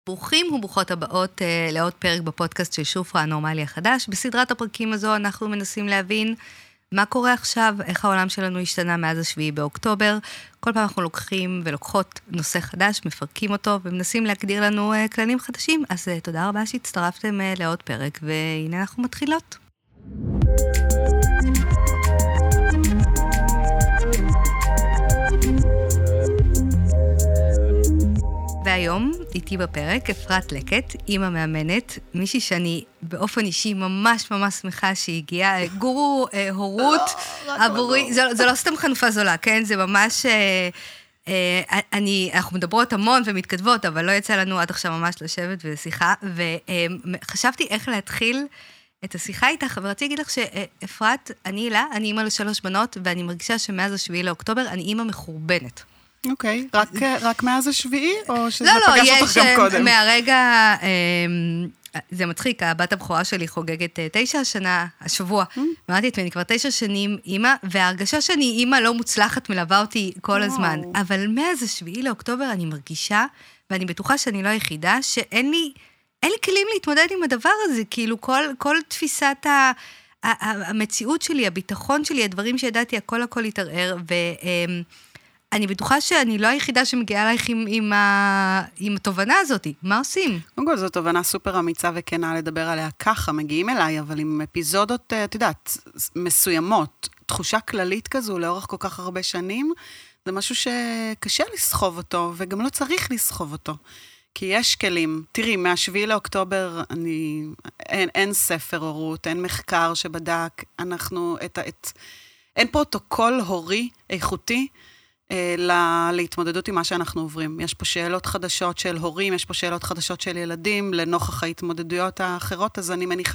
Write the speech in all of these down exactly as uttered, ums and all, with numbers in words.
ברוכים וברוכות הבאות uh, לעוד פרק בפודקאסט של שופרה הנורמלי החדש. בסדרת הפרקים הזו אנחנו מנסים להבין מה קורה עכשיו, איך העולם שלנו השתנה מאז השביעי באוקטובר. כל פעם אנחנו לוקחים ולוקחות נושא חדש, מפרקים אותו ומנסים להגדיר לנו uh, כללים חדשים. אז uh, תודה רבה שהצטרפתם uh, לעוד פרק, והנה אנחנו מתחילות. והיום איתי בפרק אפרת לקט, אימא מאמנת, מישהי שאני באופן אישי ממש ממש שמחה שהגיעה, גורו אה, הורות עבורי, זה, זה לא סתם חנופה זולה, כן? זה ממש, אה, אה, אני, אנחנו מדברות המון ומתכתבות, אבל לא יצא לנו עד עכשיו ממש לשבת ושיחה, וחשבתי איך להתחיל את השיחה איתך, אבל רציתי להגיד לך שאפרת, אני אילה, אני אימא לשלוש בנות, ואני מרגישה שמאז השביעי לאוקטובר אני אימא מחורבנת. אוקיי, רק, רק מאז השביעי, או שזה לא, פגש לא, אותך גם קודם? לא, יש מהרגע, זה מצחיק, הבת הבכורה שלי חוגגת תשע השנה, השבוע, אמרתי את אני כבר תשע שנים אימא, וההרגשה שאני אימא לא מוצלחת מלווה אותי כל הזמן, אבל מאז השביעי לאוקטובר אני מרגישה, ואני בטוחה שאני לא היחידה, שאין לי, אין לי כלים להתמודד עם הדבר הזה, כאילו כל, כל תפיסת ה... המציאות שלי, הביטחון שלי, הדברים שידעתי, הכל הכל התערער, ו... אני בטוחה שאני לא היחידה שמגיעה אלייך עם, עם, ה... עם התובנה הזאת. מה עושים? קודם כל, זו תובנה סופר אמיצה וכנה לדבר עליה ככה, מגיעים אליי, אבל עם אפיזודות, את יודעת, מסוימות, תחושה כללית כזו לאורך כל כך הרבה שנים, זה משהו שקשה לסחוב אותו, וגם לא צריך לסחוב אותו. כי יש כלים. תראי, מהשביעי לאוקטובר, אני, אין, אין ספר הורות, אין מחקר שבדק, אנחנו, את, את, אין פרוטוקול הורי איכותי, להתמודדות עם מה שאנחנו עוברים. יש פה שאלות חדשות של הורים, יש פה שאלות חדשות של ילדים, לנוכח ההתמודדויות האחרות, אז אני מניחה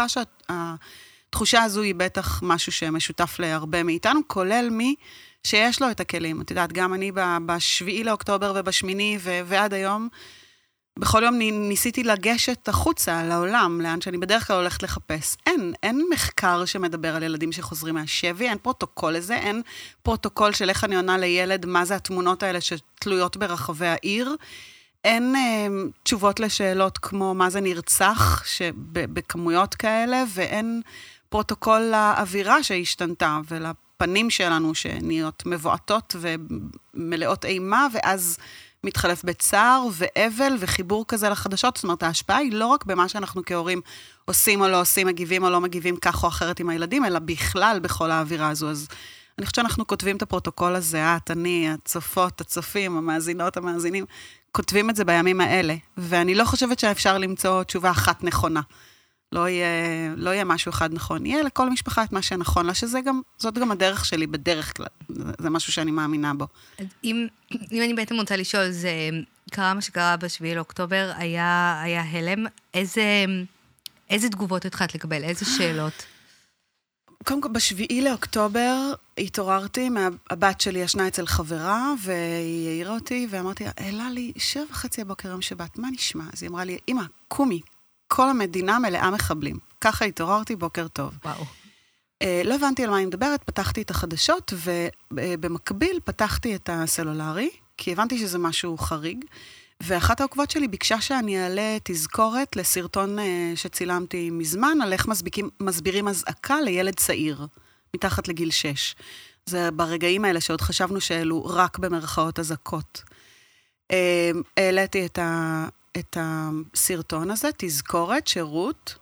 שהתחושה הזו היא בטח משהו שמשותף להרבה מאיתנו, כולל מי שיש לו את הכלים. את יודעת, גם אני בשביעי לאוקטובר ובשמיני ועד היום, בכל יום ניסיתי לגשת החוצה לעולם, לאן שאני בדרך כלל הולכת לחפש. אין, אין מחקר שמדבר על ילדים שחוזרים מהשבי, אין פרוטוקול לזה, אין פרוטוקול של איך אני עונה לילד, מה זה התמונות האלה שתלויות ברחבי העיר. אין אה, תשובות לשאלות כמו מה זה נרצח, שבכמויות כאלה, ואין פרוטוקול לאווירה שהשתנתה, ולפנים שלנו שנהיות מבועטות ומלאות אימה, ואז מתחלף בצער ואבל וחיבור כזה לחדשות. זאת אומרת, ההשפעה היא לא רק במה שאנחנו כהורים עושים או לא עושים, מגיבים או לא מגיבים כך או אחרת עם הילדים, אלא בכלל בכל האווירה הזו. אז אני חושבת שאנחנו כותבים את הפרוטוקול הזה, את, אני, הצופות, הצופים, המאזינות, המאזינים, כותבים את זה בימים האלה. ואני לא חושבת שאפשר למצוא תשובה אחת נכונה. לא יהיה, לא יהיה משהו אחד נכון. יהיה לכל משפחה את מה שנכון לה, שזה גם, זאת גם הדרך שלי בדרך כלל. זה משהו שאני מאמינה בו. אם, אם אני בעצם רוצה לשאול, זה קרה מה שקרה בשביעי לאוקטובר, היה, היה הלם. איזה, איזה תגובות התחלת לקבל? איזה שאלות? קודם כל, בשביעי לאוקטובר התעוררתי, הבת שלי ישנה אצל חברה, והיא העירה אותי, ואמרתי, אלה לי, שבע וחצי הבוקר יום שבת, מה נשמע? אז היא אמרה לי, אמא, קומי, כל המדינה מלאה מחבלים. ככה התעוררתי, בוקר טוב. וואו. לא הבנתי על מה אני מדברת, פתחתי את החדשות, ובמקביל פתחתי את הסלולרי, כי הבנתי שזה משהו חריג, ואחת העוקבות שלי ביקשה שאני אעלה תזכורת לסרטון שצילמתי מזמן, על איך מסביקים, מסבירים הזעקה לילד צעיר, מתחת לגיל שש. זה ברגעים האלה שעוד חשבנו שאלו רק במרכאות הזעקות. העליתי את ה... את הסרטון הזה, תזכורת, שירות,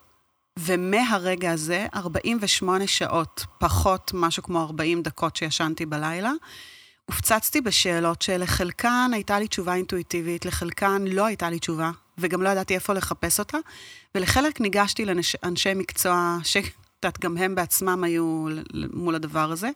ומהרגע הזה, ארבעים ושמונה שעות, פחות משהו כמו ארבעים דקות שישנתי בלילה, הופצצתי בשאלות שלחלקן הייתה לי תשובה אינטואיטיבית, לחלקן לא הייתה לי תשובה, וגם לא ידעתי איפה לחפש אותה, ולחלק ניגשתי לאנשי מקצוע, שתת גם הם בעצמם היו מול הדבר הזה,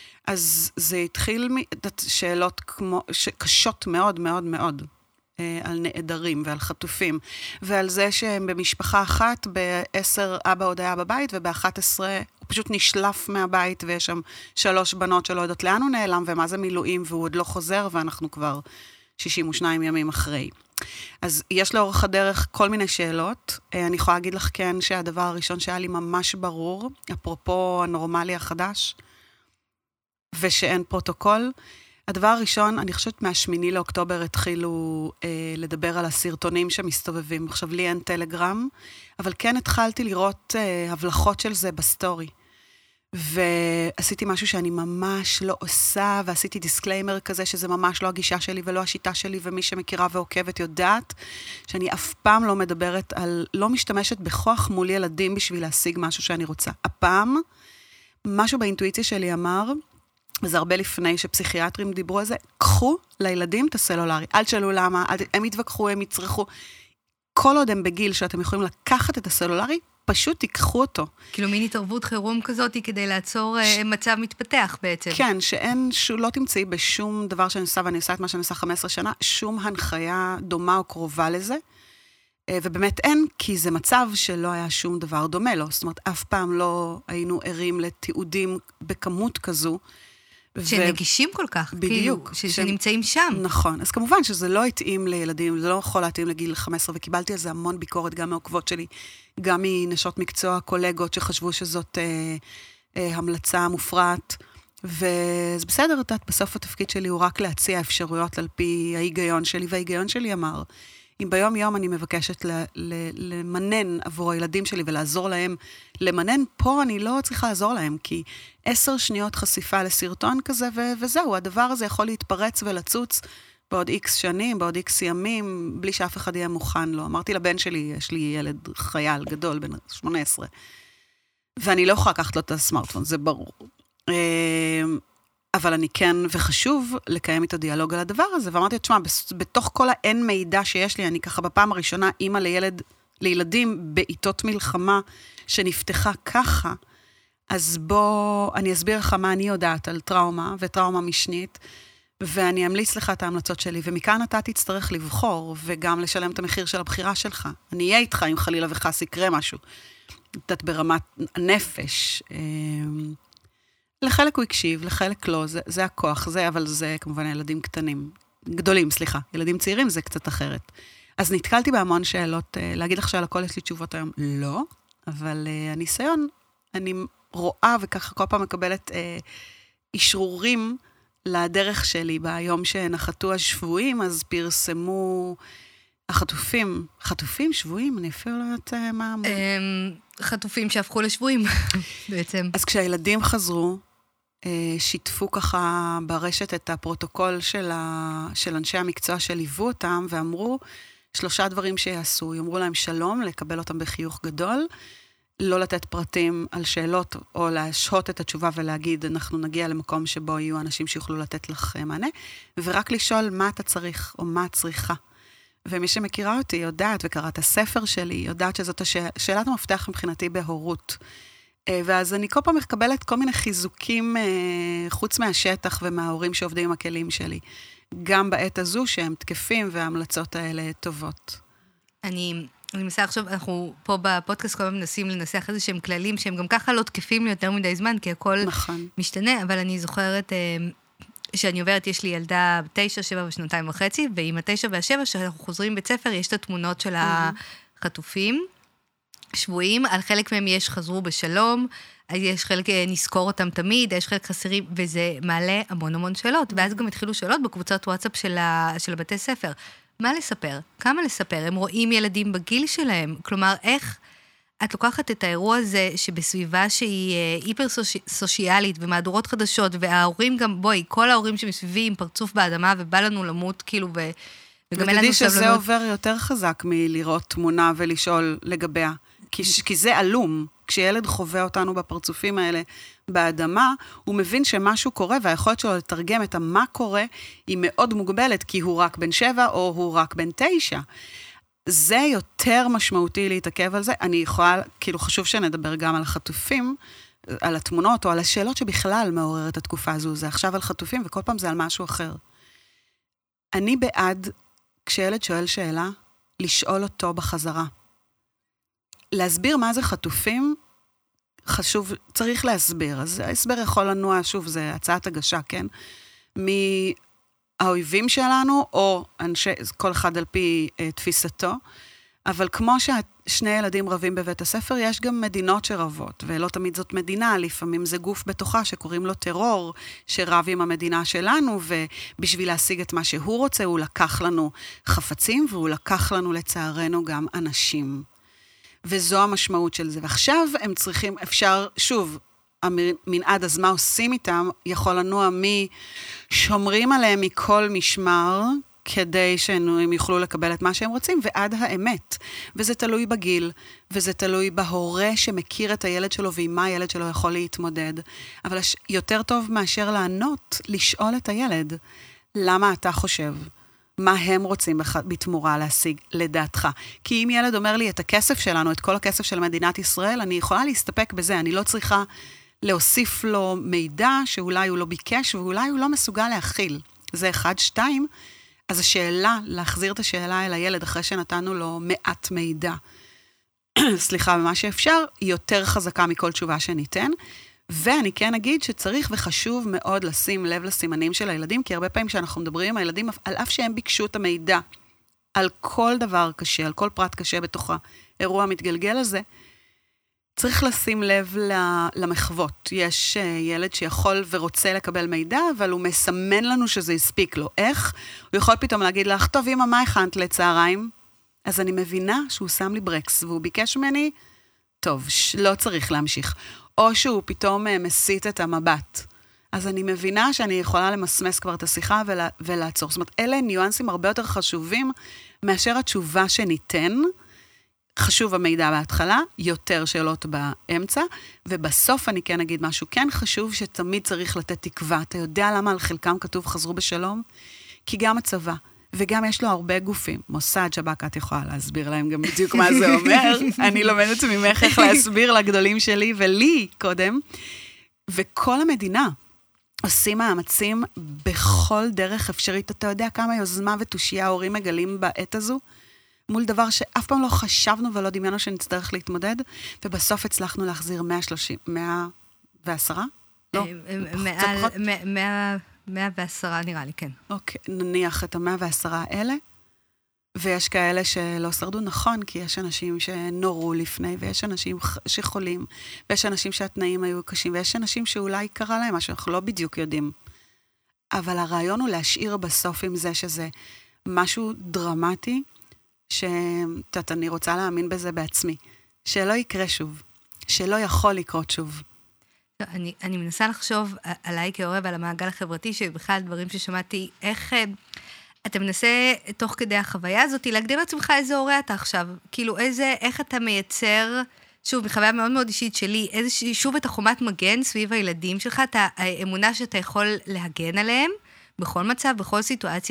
אז זה התחיל משאלות כמו, קשות מאוד מאוד מאוד, על נעדרים ועל חטופים, ועל זה שהם במשפחה אחת, בעשר אבא עוד היה בבית, ובאחת עשרה הוא פשוט נשלף מהבית, ויש שם שלוש בנות שלא יודעות לאן הוא נעלם, ומה זה מילואים, והוא עוד לא חוזר, ואנחנו כבר שישים ושניים ימים אחרי. אז יש לאורך הדרך כל מיני שאלות. אני יכולה להגיד לך כן, שהדבר הראשון שהיה לי ממש ברור, אפרופו הנורמלי החדש, ושאין פרוטוקול, הדבר הראשון, אני חושבת מהשמיני לאוקטובר התחילו אה, לדבר על הסרטונים שמסתובבים. עכשיו לי אין טלגרם, אבל כן התחלתי לראות אה, הבלחות של זה בסטורי. ועשיתי משהו שאני ממש לא עושה, ועשיתי דיסקליימר כזה, שזה ממש לא הגישה שלי ולא השיטה שלי, ומי שמכירה ועוקבת יודעת, שאני אף פעם לא מדברת על, לא משתמשת בכוח מול ילדים בשביל להשיג משהו שאני רוצה. הפעם, משהו באינטואיציה שלי אמר, וזה הרבה לפני שפסיכיאטרים דיברו על זה, קחו לילדים את הסלולרי, אל תשאלו למה, אל, הם יתווכחו, הם יצרכו, כל עוד הם בגיל שאתם יכולים לקחת את הסלולרי, פשוט תיקחו אותו. כאילו מין התערבות חירום כזאת כדי לעצור ש... מצב מתפתח בעצם. כן, שאין, לא תמצאי בשום דבר שאני עושה, ואני עושה את מה שאני עושה חמש עשרה שנה, שום הנחיה דומה או קרובה לזה, ובאמת אין, כי זה מצב שלא היה שום דבר דומה לו, זאת אומרת, אף פעם לא היינו ערים לתיעודים בכמות כזו, שנגישים כל כך, בדיוק, כאילו, שנמצאים שם. נכון, אז כמובן שזה לא התאים לילדים, זה לא יכול להתאים לגיל חמש עשרה, וקיבלתי על זה המון ביקורת, גם מעוקבות שלי, גם מנשות מקצוע, קולגות שחשבו שזאת אה, אה, המלצה מופרעת, וזה בסדר, יודעת, בסוף התפקיד שלי הוא רק להציע אפשרויות על פי ההיגיון שלי, וההיגיון שלי אמר, אם ביום יום אני מבקשת ל- ל- למנן עבור הילדים שלי ולעזור להם למנן, פה אני לא צריכה לעזור להם, כי עשר שניות חשיפה לסרטון כזה, ו- וזהו, הדבר הזה יכול להתפרץ ולצוץ בעוד איקס שנים, בעוד איקס ימים, בלי שאף אחד יהיה מוכן לו. אמרתי לבן שלי, יש לי ילד חייל גדול, בן שמונה עשרה, ואני לא יכולה לקחת לו את הסמארטפון, זה ברור. אבל אני כן, וחשוב לקיים איתו דיאלוג על הדבר הזה, ואמרתי, תשמע, בתוך כל האין מידע שיש לי, אני ככה בפעם הראשונה, אימא לילד, לילדים בעיתות מלחמה, שנפתחה ככה, אז בוא, אני אסביר לך מה אני יודעת על טראומה, וטראומה משנית, ואני אמליץ לך את ההמלצות שלי, ומכאן אתה תצטרך לבחור, וגם לשלם את המחיר של הבחירה שלך. אני אהיה איתך אם חלילה וחס יקרה משהו. קצת ברמת נפש. לחלק הוא הקשיב, לחלק לא, זה, זה הכוח, זה, אבל זה כמובן ילדים קטנים, גדולים, סליחה, ילדים צעירים זה קצת אחרת. אז נתקלתי בהמון שאלות, להגיד לך שעל הכל יש לי תשובות היום, לא, אבל הניסיון, אני רואה וככה כל פעם מקבלת אה, אישרורים לדרך שלי, ביום שנחתו השבועים, אז פרסמו החטופים, חטופים, שבועים, אני אפילו לא יודעת מה... חטופים שהפכו לשבועים, בעצם. אז כשהילדים חזרו, שיתפו ככה ברשת את הפרוטוקול של, ה... של אנשי המקצוע שליוו אותם, ואמרו שלושה דברים שיעשו, יאמרו להם שלום, לקבל אותם בחיוך גדול, לא לתת פרטים על שאלות, או להשהות את התשובה ולהגיד, אנחנו נגיע למקום שבו יהיו אנשים שיוכלו לתת לך מענה, ורק לשאול מה אתה צריך, או מה את צריכה. ומי שמכירה אותי יודעת, וקראת את הספר שלי, יודעת שזאת השאל... שאלת המפתח מבחינתי בהורות. ואז אני כל פעם מקבלת כל מיני חיזוקים חוץ מהשטח ומההורים שעובדים עם הכלים שלי. גם בעת הזו שהם תקפים וההמלצות האלה טובות. אני, אני מנסה עכשיו, אנחנו פה בפודקאסט כל פעם מנסים לנסח איזה שהם כללים, שהם גם ככה לא תקפים לי יותר מדי זמן, כי הכל נכון. משתנה, אבל אני זוכרת שאני עוברת, יש לי ילדה תשע, שבע ושנתיים וחצי, ועם התשע והשבע, שאנחנו חוזרים בית ספר, יש את התמונות של החטופים, שבועים, על חלק מהם יש חזרו בשלום, יש חלק נזכור אותם תמיד, יש חלק חסרים, וזה מעלה המון המון שאלות, ואז גם התחילו שאלות בקבוצת וואטסאפ של, ה, של הבתי ספר. מה לספר? כמה לספר? הם רואים ילדים בגיל שלהם, כלומר, איך את לוקחת את האירוע הזה, שבסביבה שהיא היפר סושיאלית, ומהדורות חדשות, וההורים גם, בואי, כל ההורים שמסביבי עם פרצוף באדמה, ובא לנו למות, כאילו, ו... וגם אין לנו סבלנות. ותדעי שזה עובר יותר חזק מלראות תמונה ולשאול לגביה. כי, כי זה אלום. כשילד חווה אותנו בפרצופים האלה באדמה, הוא מבין שמשהו קורה, והיכולת שלו לתרגם את מה קורה, היא מאוד מוגבלת, כי הוא רק בן שבע, או הוא רק בן תשע. זה יותר משמעותי להתעכב על זה. אני יכולה, כאילו חשוב שנדבר גם על החטופים, על התמונות, או על השאלות שבכלל מעורר את התקופה הזו. זה עכשיו על חטופים, וכל פעם זה על משהו אחר. אני בעד, כשילד שואל שאלה, לשאול אותו בחזרה. להסביר מה זה חטופים, חשוב, צריך להסביר. אז ההסבר יכול לנוע, שוב, זה הצעת הגשה, כן? מהאויבים שלנו, או אנשי, כל אחד על פי אה, תפיסתו, אבל כמו ששני ילדים רבים בבית הספר, יש גם מדינות שרבות, ולא תמיד זאת מדינה, לפעמים זה גוף בתוכה שקוראים לו טרור, שרב עם המדינה שלנו, ובשביל להשיג את מה שהוא רוצה, הוא לקח לנו חפצים, והוא לקח לנו לצערנו גם אנשים. וזו המשמעות של זה. ועכשיו הם צריכים, אפשר, שוב, המנעד, אז מה עושים איתם, יכול לנוע מי שומרים עליהם מכל משמר, כדי שהם יוכלו לקבל את מה שהם רוצים, ועד האמת. וזה תלוי בגיל, וזה תלוי בהורה שמכיר את הילד שלו, ועם מה הילד שלו יכול להתמודד. אבל יותר טוב מאשר לענות, לשאול את הילד, למה אתה חושב? מה הם רוצים בתמורה להשיג לדעתך? כי אם ילד אומר לי את הכסף שלנו, את כל הכסף של מדינת ישראל, אני יכולה להסתפק בזה, אני לא צריכה להוסיף לו מידע שאולי הוא לא ביקש, ואולי הוא לא מסוגל להכיל. זה אחד, שתיים, אז השאלה, להחזיר את השאלה אל הילד, אחרי שנתנו לו מעט מידע, סליחה, במה שאפשר, היא יותר חזקה מכל תשובה שניתן, ואני כן אגיד שצריך וחשוב מאוד לשים לב לסימנים של הילדים, כי הרבה פעמים שאנחנו מדברים עם הילדים, על אף שהם ביקשו את המידע, על כל דבר קשה, על כל פרט קשה בתוך האירוע המתגלגל הזה, צריך לשים לב למחוות. יש ילד שיכול ורוצה לקבל מידע, אבל הוא מסמן לנו שזה הספיק לו. איך? הוא יכול פתאום להגיד לך, טוב, אמא, מה הכנת לצהריים? אז אני מבינה שהוא שם לי ברקס, והוא ביקש ממני, טוב, לא צריך להמשיך. או שהוא פתאום מסית את המבט. אז אני מבינה שאני יכולה למסמס כבר את השיחה ולה, ולעצור. זאת אומרת, אלה ניואנסים הרבה יותר חשובים, מאשר התשובה שניתן, חשוב המידע בהתחלה, יותר שאלות באמצע, ובסוף אני כן אגיד משהו, כן חשוב שתמיד צריך לתת תקווה. אתה יודע למה על חלקם כתוב חזרו בשלום? כי גם הצבא, וגם יש לו הרבה גופים. מוסד, שב"כ, את יכולה להסביר להם גם בדיוק מה זה אומר. אני לומדת ממך איך להסביר לגדולים שלי ולי קודם. וכל המדינה עושים מאמצים בכל דרך אפשרית. אתה יודע כמה יוזמה ותושייה ההורים מגלים בעת הזו? מול דבר שאף פעם לא חשבנו ולא דמיינו שנצטרך להתמודד, ובסוף הצלחנו להחזיר מאה ושלושים, מאה ועשרה? לא, מעל, מאה ועשרה נראה לי, כן. אוקיי, נניח את המאה ועשרה האלה, ויש כאלה שלא שרדו נכון, כי יש אנשים שנורו לפני, ויש אנשים שחולים, ויש אנשים שהתנאים היו קשים, ויש אנשים שאולי קרה להם משהו, אנחנו לא בדיוק יודעים. אבל הרעיון הוא להשאיר בסוף עם זה שזה משהו דרמטי, שאת, אני רוצה להאמין בזה בעצמי, שלא יקרה שוב, שלא יכול לקרות שוב. לא, אני, אני מנסה לחשוב עליי כהורה ועל המעגל החברתי, שבכלל דברים ששמעתי, איך אתה מנסה תוך כדי החוויה הזאת, להגדיר לעצמך איזה הורה אתה עכשיו, כאילו איזה, איך אתה מייצר, שוב, בחוויה מאוד מאוד אישית שלי, איזה, שוב את החומת מגן סביב הילדים שלך, את האמונה שאתה יכול להגן עליהם, בכל מצב, בכל סיטואציה,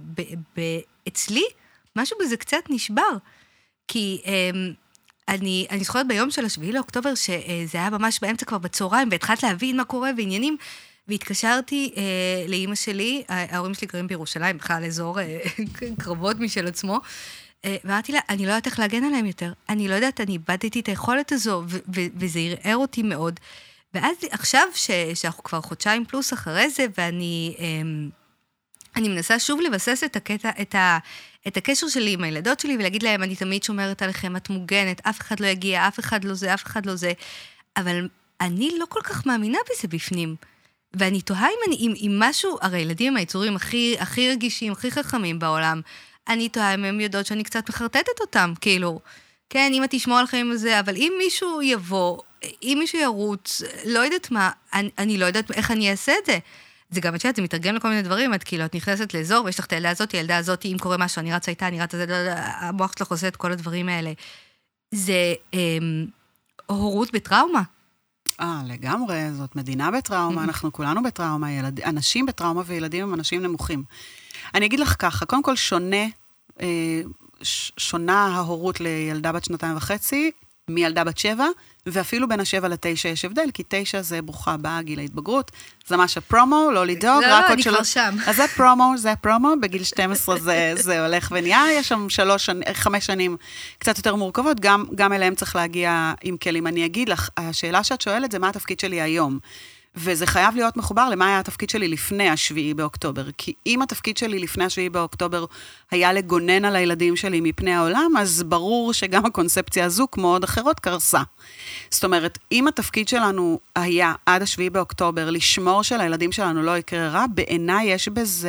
שאצלי, משהו בזה קצת נשבר, כי אה, אני, אני זוכרת ביום של השביעי לאוקטובר, שזה היה ממש באמצע כבר בצהריים, והתחלת להבין מה קורה ועניינים, והתקשרתי אה, לאמא שלי, ההורים שלי גרים בירושלים, בכלל אזור אה, קרבות משל עצמו, אה, ואמרתי לה, אני לא יודעת איך להגן עליהם יותר, אני לא יודעת, אני איבדתי את היכולת הזו, ו- ו- וזה ערער אותי מאוד, ואז עכשיו ש- שאנחנו כבר חודשיים פלוס אחרי זה, ואני אה, אני מנסה שוב לבסס את הקטע, את ה... את הקשר שלי עם הילדות שלי, ולהגיד להם, אני תמיד שומרת עליכם, את מוגנת, אף אחד לא יגיע, אף אחד לא זה, אף אחד לא זה, אבל אני לא כל כך מאמינה בזה בפנים, ואני תוהה אם, אני, אם, אם משהו, הרי ילדים הם היצורים הכי, הכי רגישים, הכי חכמים בעולם, אני תוהה אם הם יודעות שאני קצת מחרטטת אותם, כאילו, כן, אמא תשמור על חיים הזה, אבל אם מישהו יבוא, אם מישהו ירוץ, לא יודעת מה, אני, אני לא יודעת איך אני אעשה את זה, זה גם, את יודעת, זה מתרגם לכל מיני דברים, את כאילו, את נכנסת לאזור, ויש לך את הילדה הזאת, הילדה הזאת, אם קורה משהו, אני רצה איתה, אני רצה, המוח שלך עושה את כל הדברים האלה. זה אמ, הורות בטראומה. אה, לגמרי, זאת מדינה בטראומה, אנחנו כולנו בטראומה, ילד, אנשים בטראומה וילדים הם אנשים נמוכים. אני אגיד לך ככה, קודם כל שונה, אה, שונה ההורות לילדה בת שנתיים וחצי, מילדה בת שבע, ואפילו בין השבע לתשע יש הבדל, כי תשע זה ברוכה הבאה, גיל ההתבגרות, זה מה שפרומו, לא לדאוג, לא, רק לא, עוד אני שלוש... כבר שם. אז זה פרומו, זה פרומו, בגיל שתים עשרה זה, זה הולך ונהיה, יש שם שלוש, חמש שנים קצת יותר מורכבות, גם, גם אליהם צריך להגיע עם כלים. אני אגיד לך, השאלה שאת שואלת זה מה התפקיד שלי היום, וזה חייב להיות מחובר למה היה התפקיד שלי לפני השביעי באוקטובר. כי אם התפקיד שלי לפני השביעי באוקטובר היה לגונן על הילדים שלי מפני העולם, אז ברור שגם הקונספציה הזו, כמו עוד אחרות, קרסה. זאת אומרת, אם התפקיד שלנו היה עד השביעי באוקטובר, לשמור שלילדים שלנו לא יקרה רע, בעיניי יש בזה...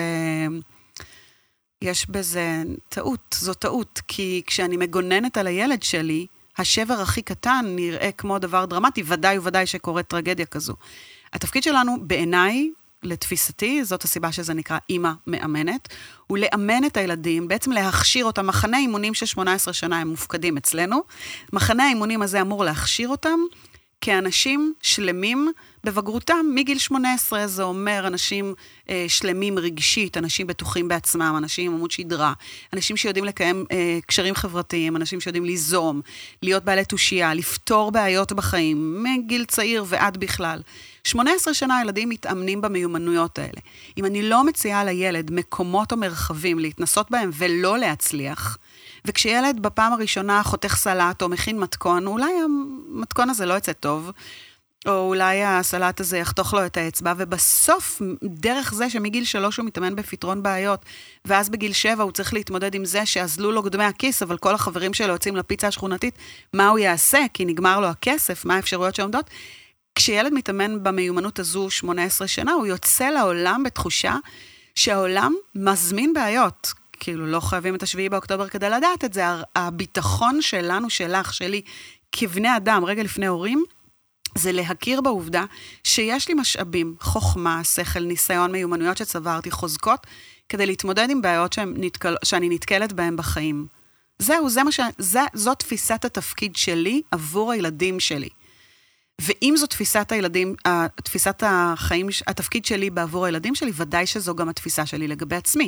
יש בזה טעות, זו טעות, כי כשאני מגוננת על הילד שלי, השבר הכי קטן נראה כמו דבר דרמטי, ודאי וודאי שקורית טרגדיה כזו. התפקיד שלנו בעיניי, לתפיסתי, זאת הסיבה שזה נקרא אימא מאמנת, הוא לאמן את הילדים, בעצם להכשיר אותם, מחנה האימונים של שמונה עשרה שנה הם מופקדים אצלנו, מחנה האימונים הזה אמור להכשיר אותם, כאנשים שלמים בבגרותם מגיל שמונה עשרה, זה אומר אנשים אה, שלמים רגשית, אנשים בטוחים בעצמם, אנשים עם עמוד שדרה, אנשים שיודעים לקיים אה, קשרים חברתיים, אנשים שיודעים ליזום, להיות בעלי תושייה, לפתור בעיות בחיים, מגיל צעיר ועד בכלל. שמונה עשרה שנה ילדים מתאמנים במיומנויות האלה. אם אני לא מציעה לילד מקומות או מרחבים להתנסות בהם ולא להצליח, וכשילד בפעם הראשונה חותך סלט או מכין מתכון, אולי המתכון הזה לא יצא טוב, או אולי הסלט הזה יחתוך לו את האצבע, ובסוף, דרך זה שמגיל שלוש הוא מתאמן בפתרון בעיות, ואז בגיל שבע הוא צריך להתמודד עם זה שאזלו לו גדמי הכיס, אבל כל החברים שלו יוצאים לפיצה השכונתית, מה הוא יעשה? כי נגמר לו הכסף, מה האפשרויות שעומדות? כשילד מתאמן במיומנות הזו שמונה עשרה שנה, הוא יוצא לעולם בתחושה שהעולם מזמין בעיות, כאילו לא חייבים את השביעי באוקטובר כדי לדעת את זה, הביטחון שלנו, שלך, שלי, כבני אדם, רגע לפני הורים, זה להכיר בעובדה שיש לי משאבים, חוכמה, שכל, ניסיון, מיומנויות שצברתי, חוזקות, כדי להתמודד עם בעיות נתקל, שאני נתקלת בהן בחיים. זהו, זה מה ש... זה, זו תפיסת התפקיד שלי עבור הילדים שלי. ואם זו תפיסת הילדים, תפיסת החיים, התפקיד שלי בעבור הילדים שלי, ודאי שזו גם התפיסה שלי לגבי עצמי.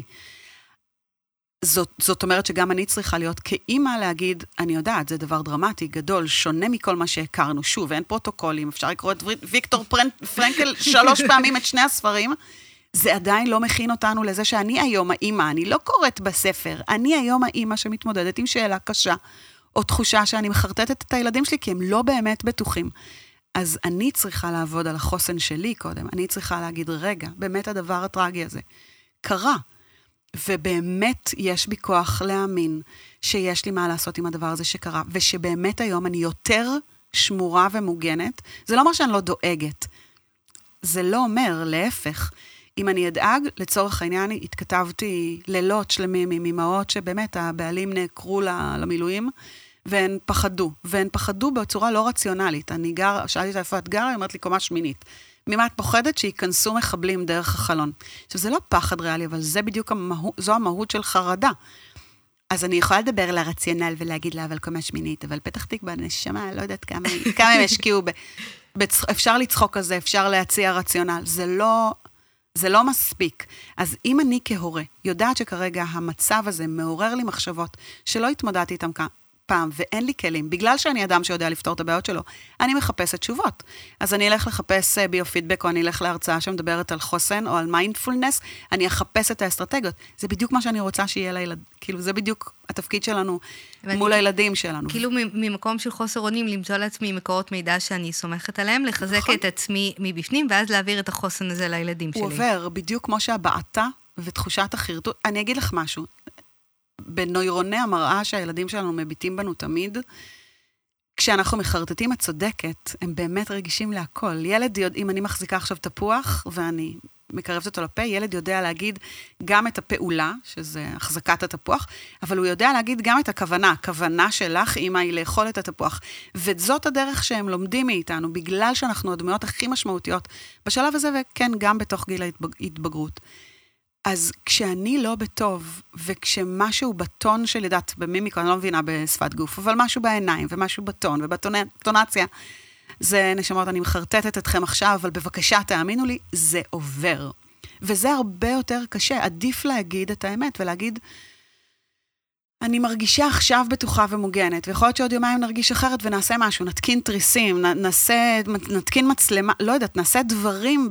זאת, זאת אומרת שגם אני צריכה להיות כאימא להגיד, אני יודעת, זה דבר דרמטי, גדול, שונה מכל מה שהכרנו. שוב, אין פרוטוקולים, אפשר לקרוא את ויקטור פרנקל שלוש פעמים את שני הספרים, זה עדיין לא מכין אותנו לזה שאני היום האימא, אני לא קוראת בספר, אני היום האימא שמתמודדת עם שאלה קשה, או תחושה שאני מחרטטת את הילדים שלי, כי הם לא באמת בטוחים. אז אני צריכה לעבוד על החוסן שלי קודם, אני צריכה להגיד, רגע, באמת הדבר הטרגי הזה קרה, ובאמת יש בי כוח להאמין שיש לי מה לעשות עם הדבר הזה שקרה, ושבאמת היום אני יותר שמורה ומוגנת. זה לא אומר שאני לא דואגת. זה לא אומר, להפך. אם אני אדאג, לצורך העניין, התכתבתי לילות שלמים עם אמהות שבאמת הבעלים נעקרו למילואים, והן פחדו. והן פחדו בצורה לא רציונלית. אני גר, שאלתי אותה איפה את גרה, היא אומרת לי קומה שמינית. ממה את פוחדת שיכנסו מחבלים דרך החלון. עכשיו, זה לא פחד ריאלי, אבל זה בדיוק המהות, זו המהות של חרדה. אז אני יכולה לדבר לרציונל ולהגיד לה, אבל קומה שמינית, אבל פתח תקווה, נשמה, לא יודעת כמה, כמה הם השקיעו. ב, בצ... אפשר לצחוק על זה, אפשר להציע רציונל. זה לא, זה לא מספיק. אז אם אני כהורה יודעת שכרגע המצב הזה מעורר לי מחשבות שלא התמודדתי איתם כאן, פעם, ואין לי כלים, בגלל שאני אדם שיודע לפתור את הבעיות שלו, אני מחפשת תשובות. אז אני אלך לחפש ביו-פידבק, או אני אלך להרצאה שמדברת על חוסן, או על מיינדפולנס, אני אחפש את האסטרטגיות. זה בדיוק מה שאני רוצה שיהיה לילד. כאילו, זה בדיוק התפקיד שלנו, מול הילדים שלנו. כאילו, ממקום של חוסר אונים, למצוא לעצמי מקורות מידע שאני סומכת עליהם, לחזק את עצמי מבפנים, ואז להעביר את החוסן הזה לילדים שלי. הוא עובר, בדיוק כמו שהבעתה ותחושת החרטוט. אני אגיד לך משהו. בנוירוני המראה שהילדים שלנו מביטים בנו תמיד, כשאנחנו מחרטטים את צודקת, הם באמת רגישים להכל. ילד, אם אני מחזיקה עכשיו תפוח, ואני מקרבת אותו לפה, ילד יודע להגיד גם את הפעולה, שזה החזקת התפוח, אבל הוא יודע להגיד גם את הכוונה, הכוונה שלך, אמא, היא לאכול את התפוח. וזאת הדרך שהם לומדים מאיתנו, בגלל שאנחנו הדמויות הכי משמעותיות בשלב הזה, וכן, גם בתוך גיל ההתבגרות. אז כשאני לא בטוב, וכשמשהו בטון של ידעת, במימיקה, אני לא מבינה בשפת גוף, אבל משהו בעיניים, ומשהו בטון, ובטונציה, זה נשמות, אני מחרטטת אתכם עכשיו, אבל בבקשה, תאמינו לי, זה עובר. וזה הרבה יותר קשה, עדיף להגיד את האמת, ולהגיד, אני מרגישה עכשיו בטוחה ומוגנת, ויכול להיות שעוד יומיים נרגיש אחרת, ונעשה משהו, נתקין תריסים, נעשה, נתקין מצלמה, לא יודעת, נעשה דברים,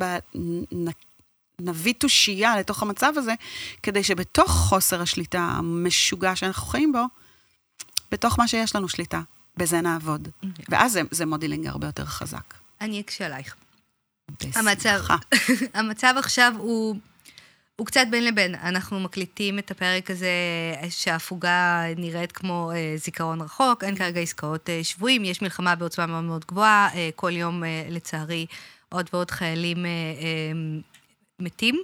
נביא תושייה לתוך המצב הזה, כדי שבתוך חוסר השליטה המשוגע שאנחנו חיים בו, בתוך מה שיש לנו שליטה, בזה נעבוד. ואז זה, זה מודילינג הרבה יותר חזק. אני אקשה עלייך. המצב, המצב עכשיו הוא, הוא קצת בין לבין. אנחנו מקליטים את הפרק הזה שההפוגה נראית כמו אה, זיכרון רחוק, אין כרגע עסקאות אה, שבועים, יש מלחמה בעוצמה מאוד מאוד גבוהה, אה, כל יום אה, לצערי עוד ועוד חיילים אה, אה, מתים,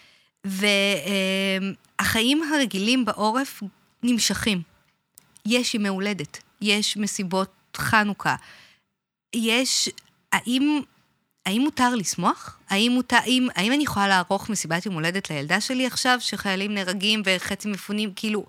והחיים אה, הרגילים בעורף נמשכים. יש ימי הולדת, יש מסיבות חנוכה, יש, האם... האם מותר לשמוח? האם, מותר, האם, האם אני יכולה לערוך מסיבת יום הולדת לילדה שלי עכשיו, שחיילים נהרגים וחצי מפונים? כאילו,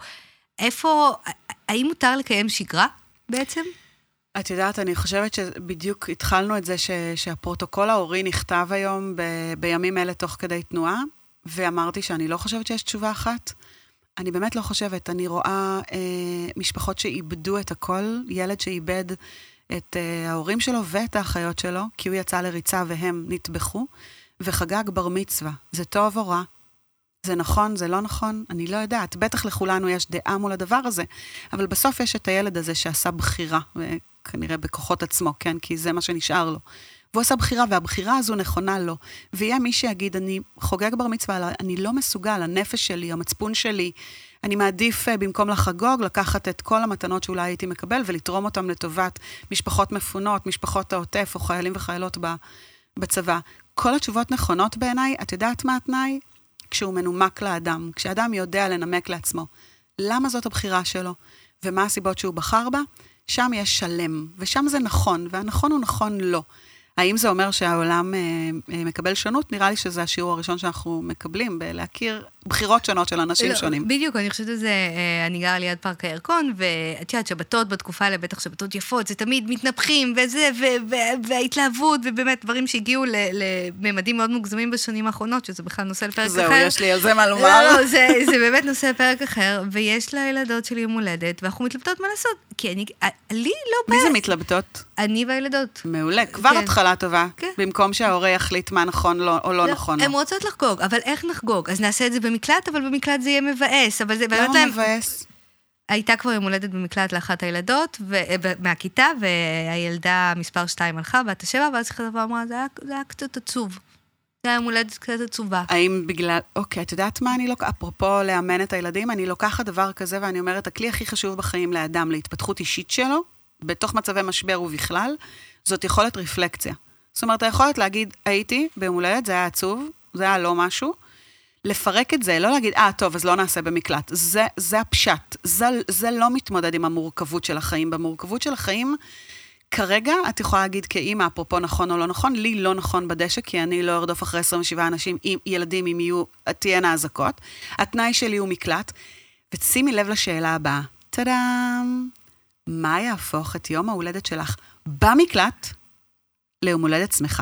איפה, האם מותר לקיים שגרה בעצם? את יודעת, אני חושבת שבדיוק התחלנו את זה ש, שהפרוטוקול ההורי נכתב היום ב, בימים אלה תוך כדי תנועה, ואמרתי שאני לא חושבת שיש תשובה אחת. אני באמת לא חושבת. אני רואה אה, משפחות שאיבדו את הכל, ילד שאיבד את uh, ההורים שלו ואת האחיות שלו, כי הוא יצא לריצה והם נטבחו, וחגג בר מצווה. זה טוב או רע? זה נכון, זה לא נכון? אני לא יודעת. בטח לכולנו יש דעה מול הדבר הזה, אבל בסוף יש את הילד הזה שעשה בחירה, וכנראה בכוחות עצמו, כן? כי זה מה שנשאר לו. והוא עשה בחירה, והבחירה הזו נכונה לו. ויהיה מי שיגיד, אני חוגג בר מצווה, אני לא מסוגל, הנפש שלי, המצפון שלי, אני מעדיף במקום לחגוג, לקחת את כל המתנות שאולי הייתי מקבל, ולתרום אותם לטובת משפחות מפונות, משפחות העוטף, או חיילים וחיילות בצבא. כל התשובות נכונות בעיניי, את יודעת מה התנאי? כשהוא מנומק לאדם, כשאדם יודע לנמק לעצמו. למה זאת הבחירה שלו? ומה הסיבות שהוא בחר בה? שם יש שלם, ושם זה נכון, והנכון הוא נכון לא. האם זה אומר שהעולם אה, אה, מקבל שונות? נראה לי שזה השיעור הראשון שאנחנו מקבלים, בלהכיר בחירות שונות של אנשים לא, שונים. בדיוק, אני חושבת שזה, אה, אני גרה ליד פארק הירקון, ואת יודעת, שבתות בתקופה האלה, בטח שבתות יפות, זה תמיד מתנפחים, וזה, ו- ו- וההתלהבות, ובאמת דברים שהגיעו לממדים מאוד מוגזמים בשנים האחרונות, שזה בכלל נושא לפרק אחר. זהו, יש לי על זה מה לומר. לא, לא, זה, זה באמת נושא לפרק אחר, ויש לילדות שלי יום הולדת, ואנחנו מתלבטות מה לעשות, כי אני, לי לא מי זה מתלבטות? אני והילדות. מעולה, כבר התחלה טובה, במקום שההורה יחליט מה נכון או לא נכון. הן רוצות לחגוג, אבל איך נחגוג? אז נעשה את זה במקלט, אבל במקלט זה יהיה מבאס. למה מבאס? הייתה כבר יום הולדת במקלט לאחת הילדות, מהכיתה, והילדה מספר שתיים הלכה, בת השבע, ואז היא חזרה ואמרה, זה היה קצת עצוב. זה היה יום הולדת קצת עצובה. האם בגלל, אוקיי, את יודעת מה אני לוקחת? אפרופו לאמן את הילדים, אני לוקחת דבר כזה, ואני אומרת, הכלי הכי חשוב בחיים לאדם, להתפתחות אישית שלו, בתוך מצבי משבר ובכלל, זאת יכולת רפלקציה. זאת אומרת, היכולת להגיד, הייתי ביום הולדת, זה היה עצוב, זה היה לא משהו, לפרק את זה, לא להגיד, אה, טוב, אז לא נעשה במקלט. זה, זה הפשט. זה, זה לא מתמודד עם המורכבות של החיים. במורכבות של החיים, כרגע את יכולה להגיד כאמא, אפרופו נכון או לא נכון, לי לא נכון בדשא, כי אני לא ארדוף אחרי עשרים ושבעה אנשים, ילדים, אם יהיו, תהיינה הזקות. התנאי שלי הוא מקלט, ושימי לב לשאלה הבאה. טאדם, מה יהפוך את יום ההולדת שלך במקלט ליום הולדת שמחה?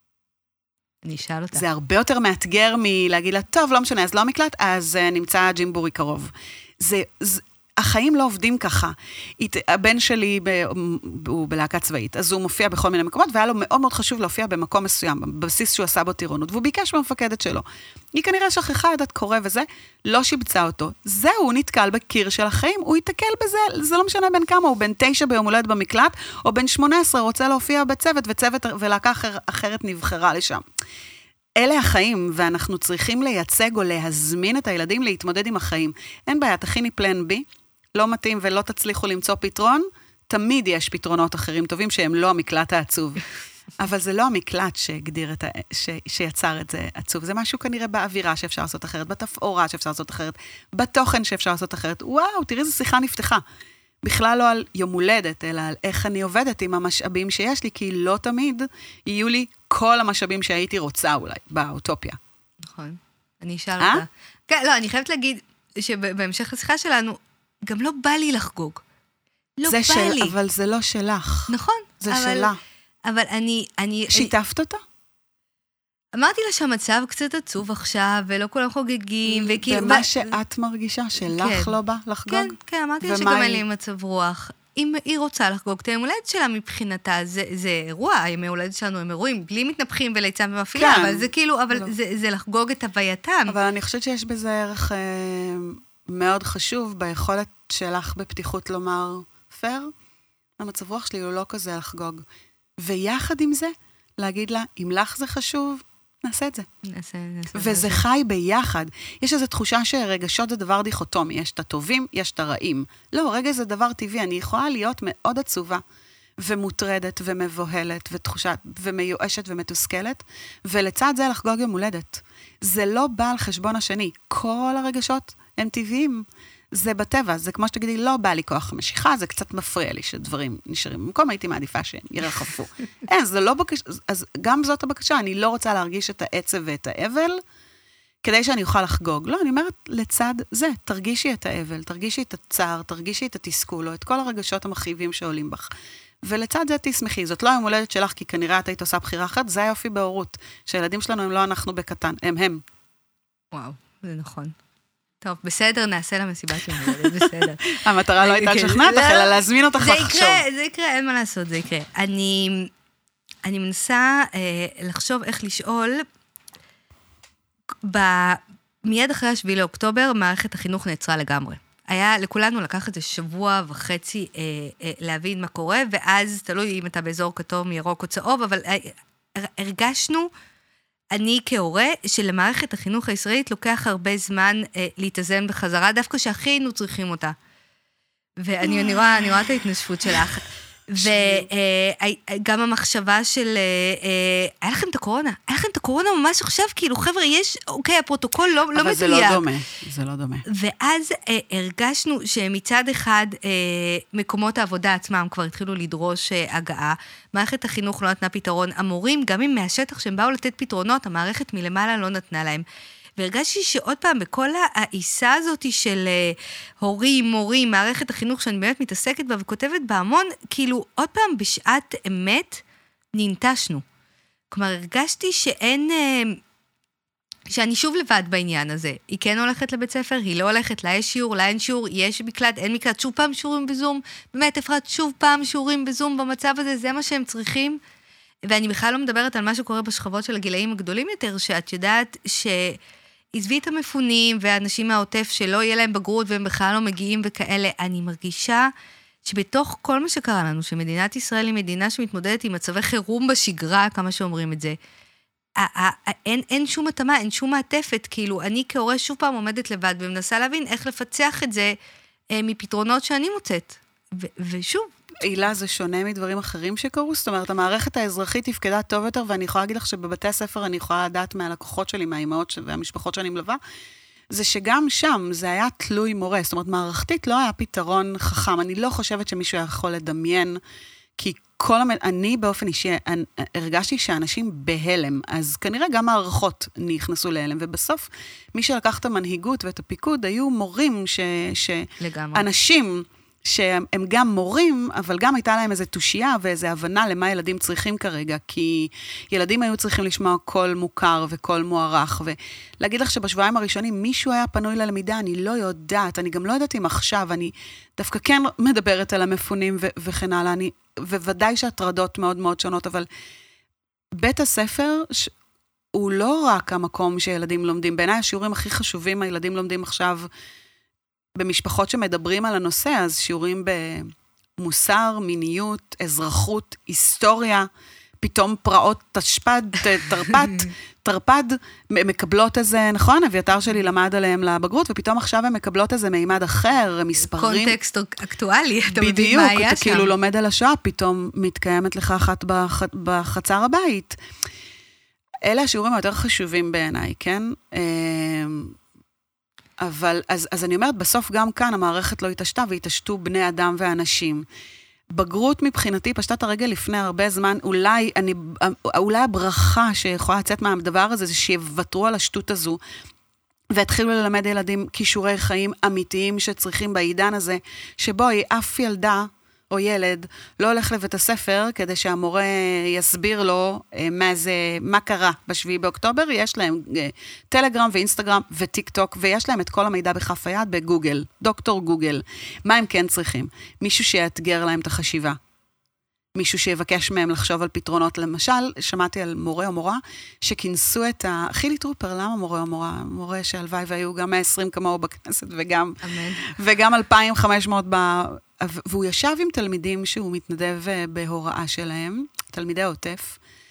אני אשאל אותה. זה הרבה יותר מאתגר מלהגיד לה, טוב, לא משנה, אז לא מקלט, אז uh, נמצא ג'ימבורי קרוב. זה, זה, החיים לא עובדים ככה. הבן שלי ב, הוא בלהקה צבאית, אז הוא מופיע בכל מיני מקומות, והיה לו מאוד מאוד חשוב להופיע במקום מסוים, בבסיס שהוא עשה בו טירונות, והוא ביקש מהמפקדת שלו. היא כנראה שכחה את קורא וזה, לא שיבצה אותו. זהו, הוא נתקל בקיר של החיים, הוא יתקל בזה, זה לא משנה בין כמה, הוא בין תשע ביום הולדת במקלט, או בין שמונה עשרה רוצה להופיע בצוות, וצוות ולהקה אחר, אחרת נבחרה לשם. אלה החיים, ואנחנו צריכים לייצג או להזמין את הילדים להתמודד עם החיים. אין בעיה, תכיני פלן בי, לא מתאים ולא תצליחו למצוא פתרון, תמיד יש פתרונות אחרים טובים שהם לא המקלט העצוב. אבל זה לא המקלט שהגדיר את ה... ש... שיצר את זה עצוב. זה משהו כנראה באווירה שאפשר לעשות אחרת, בתפאורה שאפשר לעשות אחרת, בתוכן שאפשר לעשות אחרת. וואו, תראי איזו שיחה נפתחה. בכלל לא על יום הולדת, אלא על איך אני עובדת עם המשאבים שיש לי, כי לא תמיד יהיו לי כל המשאבים שהייתי רוצה אולי, באוטופיה. נכון. אני אשאל אותה. כן, לא, אני חייבת להגיד שבהמשך השיחה שלנו, גם לא בא לי לחגוג. לא בא של, לי. אבל זה לא שלך. נכון. זה אבל, שלה. אבל אני... אני שיתפת אותה? אמרתי לה שהמצב קצת עצוב עכשיו, ולא כולם חוגגים, וכאילו... ומה שאת מרגישה, שלך כן. לא בא לחגוג? כן, כן, אמרתי לה שגם אין לי מצב רוח. אם היא רוצה לחגוג את היום הולדת שלה מבחינתה, זה, זה אירוע, הימי הולדת שלנו הם אירועים, בלי מתנפחים וליצם ומפעילה, כן. אבל זה כאילו, אבל לא. זה, זה לחגוג את הווייתם. אבל אני חושבת שיש בזה ערך אה, מאוד חשוב, ביכולת שלך בפתיחות לומר, פייר, המצב רוח שלי הוא לא כזה לחגוג. ויחד עם זה, להגיד לה, אם לך זה חשוב, נעשה את זה. נעשה, נעשה. וזה חי ביחד. יש איזו תחושה שרגשות זה דבר דיכוטומי. יש את הטובים, יש את הרעים. לא, רגע זה דבר טבעי. אני יכולה להיות מאוד עצובה, ומוטרדת, ומבוהלת, ותחושה, ומיואשת ומתוסכלת, ולצד זה לחגוג יום הולדת. זה לא בא על חשבון השני. כל הרגשות הם טבעיים. זה בטבע, זה כמו שתגידי, לא בא לי כוח משיכה, זה קצת מפריע לי שדברים נשארים. במקום הייתי מעדיפה שהם ירחפו. אין, זה לא בקשה, אז גם זאת הבקשה, אני לא רוצה להרגיש את העצב ואת האבל, כדי שאני אוכל לחגוג. לא, אני אומרת, לצד זה, תרגישי את האבל, תרגישי את הצער, תרגישי את התסכול, או את כל הרגשות המכאיבים שעולים בך. ולצד זה תשמחי, זאת לא היום הולדת שלך, כי כנראה את היית עושה בחירה אחת, זה היופי בהורות, שהילדים שלנו הם לא אנחנו בקטן, הם הם. וואו, זה נכון. טוב, בסדר, נעשה לה מסיבת יום הולדת, בסדר. המטרה לא הייתה לשכנע אותך, אלא להזמין אותך לחשוב. זה יקרה, זה יקרה, אין מה לעשות, זה יקרה. אני, אני מנסה אה, לחשוב איך לשאול, ב, מיד אחרי השביעי לאוקטובר, מערכת החינוך נעצרה לגמרי. היה, לכולנו לקח את זה שבוע וחצי אה, אה, להבין מה קורה, ואז תלוי אם אתה באזור כתום, ירוק או צהוב, אבל אה, הרגשנו, אני כהורה, שלמערכת החינוך הישראלית לוקח הרבה זמן אה, להתאזן בחזרה, דווקא שהכי היינו צריכים אותה. ואני אני רואה, אני רואה את ההתנשפות שלך. וגם המחשבה של, היה לכם את הקורונה, היה לכם את הקורונה ממש עכשיו, כאילו, חבר'ה, יש, אוקיי, הפרוטוקול לא מדויק. אבל זה לא דומה, זה לא דומה. ואז הרגשנו שמצד אחד, מקומות העבודה עצמם כבר התחילו לדרוש הגעה, מערכת החינוך לא נתנה פתרון, המורים, גם אם מהשטח שהם באו לתת פתרונות, המערכת מלמעלה לא נתנה להם. והרגשתי שעוד פעם, בכל העיסה הזאת של הורים, מורים, מערכת החינוך שאני באמת מתעסקת בה וכותבת בה המון, כאילו עוד פעם בשעת אמת ננטשנו. כלומר, הרגשתי שאין, שאני שוב לבד בעניין הזה. היא כן הולכת לבית ספר, היא לא הולכת, לה יש שיעור, לה אין שיעור, יש מקלט, אין מקלט, שוב פעם שיעורים בזום, באמת אפרת, שוב פעם שיעורים בזום במצב הזה, זה מה שהם צריכים. ואני בכלל לא מדברת על מה שקורה בשכבות של הגילאים הגדולים יותר, שאת יודעת ש... עזבי את המפונים והאנשים מהעוטף שלא יהיה להם בגרות והם בכלל לא מגיעים וכאלה, אני מרגישה שבתוך כל מה שקרה לנו, שמדינת ישראל היא מדינה שמתמודדת עם מצבי חירום בשגרה, כמה שאומרים את זה, אין, אין שום התאמה, אין שום מעטפת, כאילו אני כהורה שוב פעם עומדת לבד ומנסה להבין איך לפצח את זה מפתרונות שאני מוצאת. ו- ושוב, אילה, זה שונה מדברים אחרים שקרו? זאת אומרת, המערכת האזרחית תפקדה טוב יותר, ואני יכולה להגיד לך שבבתי הספר אני יכולה לדעת מהלקוחות שלי, מהאימהות והמשפחות שאני מלווה, זה שגם שם זה היה תלוי מורה. זאת אומרת, מערכתית לא היה פתרון חכם. אני לא חושבת שמישהו יכול לדמיין, כי כל המ... אני באופן אישי הרגשתי שאנשים בהלם, אז כנראה גם מערכות נכנסו להלם, ובסוף מי שלקח את המנהיגות ואת הפיקוד היו מורים ש... ש... לגמרי. אנשים... שהם גם מורים, אבל גם הייתה להם איזו תושייה ואיזו הבנה למה ילדים צריכים כרגע, כי ילדים היו צריכים לשמוע קול מוכר וקול מוערך, ולהגיד לך שבשבועיים הראשונים מישהו היה פנוי ללמידה, אני לא יודעת, אני גם לא יודעת אם עכשיו, אני דווקא כן מדברת על המפונים ו- וכן הלאה, אני, וודאי שהטרדות מאוד מאוד שונות, אבל בית הספר ש- הוא לא רק המקום שילדים לומדים, בעיניי השיעורים הכי חשובים, הילדים לומדים עכשיו, במשפחות שמדברים על הנושא, אז שיעורים במוסר, מיניות, אזרחות, היסטוריה, פתאום פרעות תשפד, תרפד, תרפד, מקבלות איזה, נכון, אביתר שלי למד עליהם לבגרות, ופתאום עכשיו הן מקבלות איזה מימד אחר, מספרים. קונטקסט אקטואלי, אתה מבין מה היה שם. בדיוק, אתה כאילו לומד על השואה, פתאום מתקיימת לך אחת בח, בחצר הבית. אלה השיעורים היותר חשובים בעיניי, כן? אבל, אז, אז אני אומרת, בסוף גם כאן המערכת לא התעשתה, והתעשתו בני אדם ואנשים. בגרות מבחינתי, פשטת הרגל לפני הרבה זמן, אולי, אני, אולי הברכה שיכולה לצאת מהדבר הזה, זה שיוותרו על השטות הזו, והתחילו ללמד ילדים כישורי חיים אמיתיים שצריכים בעידן הזה, שבו היא אף ילדה, או ילד, לא הולך לבית הספר, כדי שהמורה יסביר לו מה זה, מה קרה בשביעי באוקטובר, יש להם טלגרם ואינסטגרם וטיק טוק, ויש להם את כל המידע בכף היד בגוגל, דוקטור גוגל. מה הם כן צריכים? מישהו שיאתגר להם את החשיבה. מישהו שיבקש מהם לחשוב על פתרונות. למשל, שמעתי על מורה או מורה, שכינסו את ה... חילי טרופר, למה מורה או מורה? מורה שהלוואי והיו גם מאה ועשרים כמוהו בכנסת, וגם, וגם אלפיים וחמש מאות ב... והוא ישב עם תלמידים שהוא מתנדב בהוראה שלהם, תלמידי העוטף,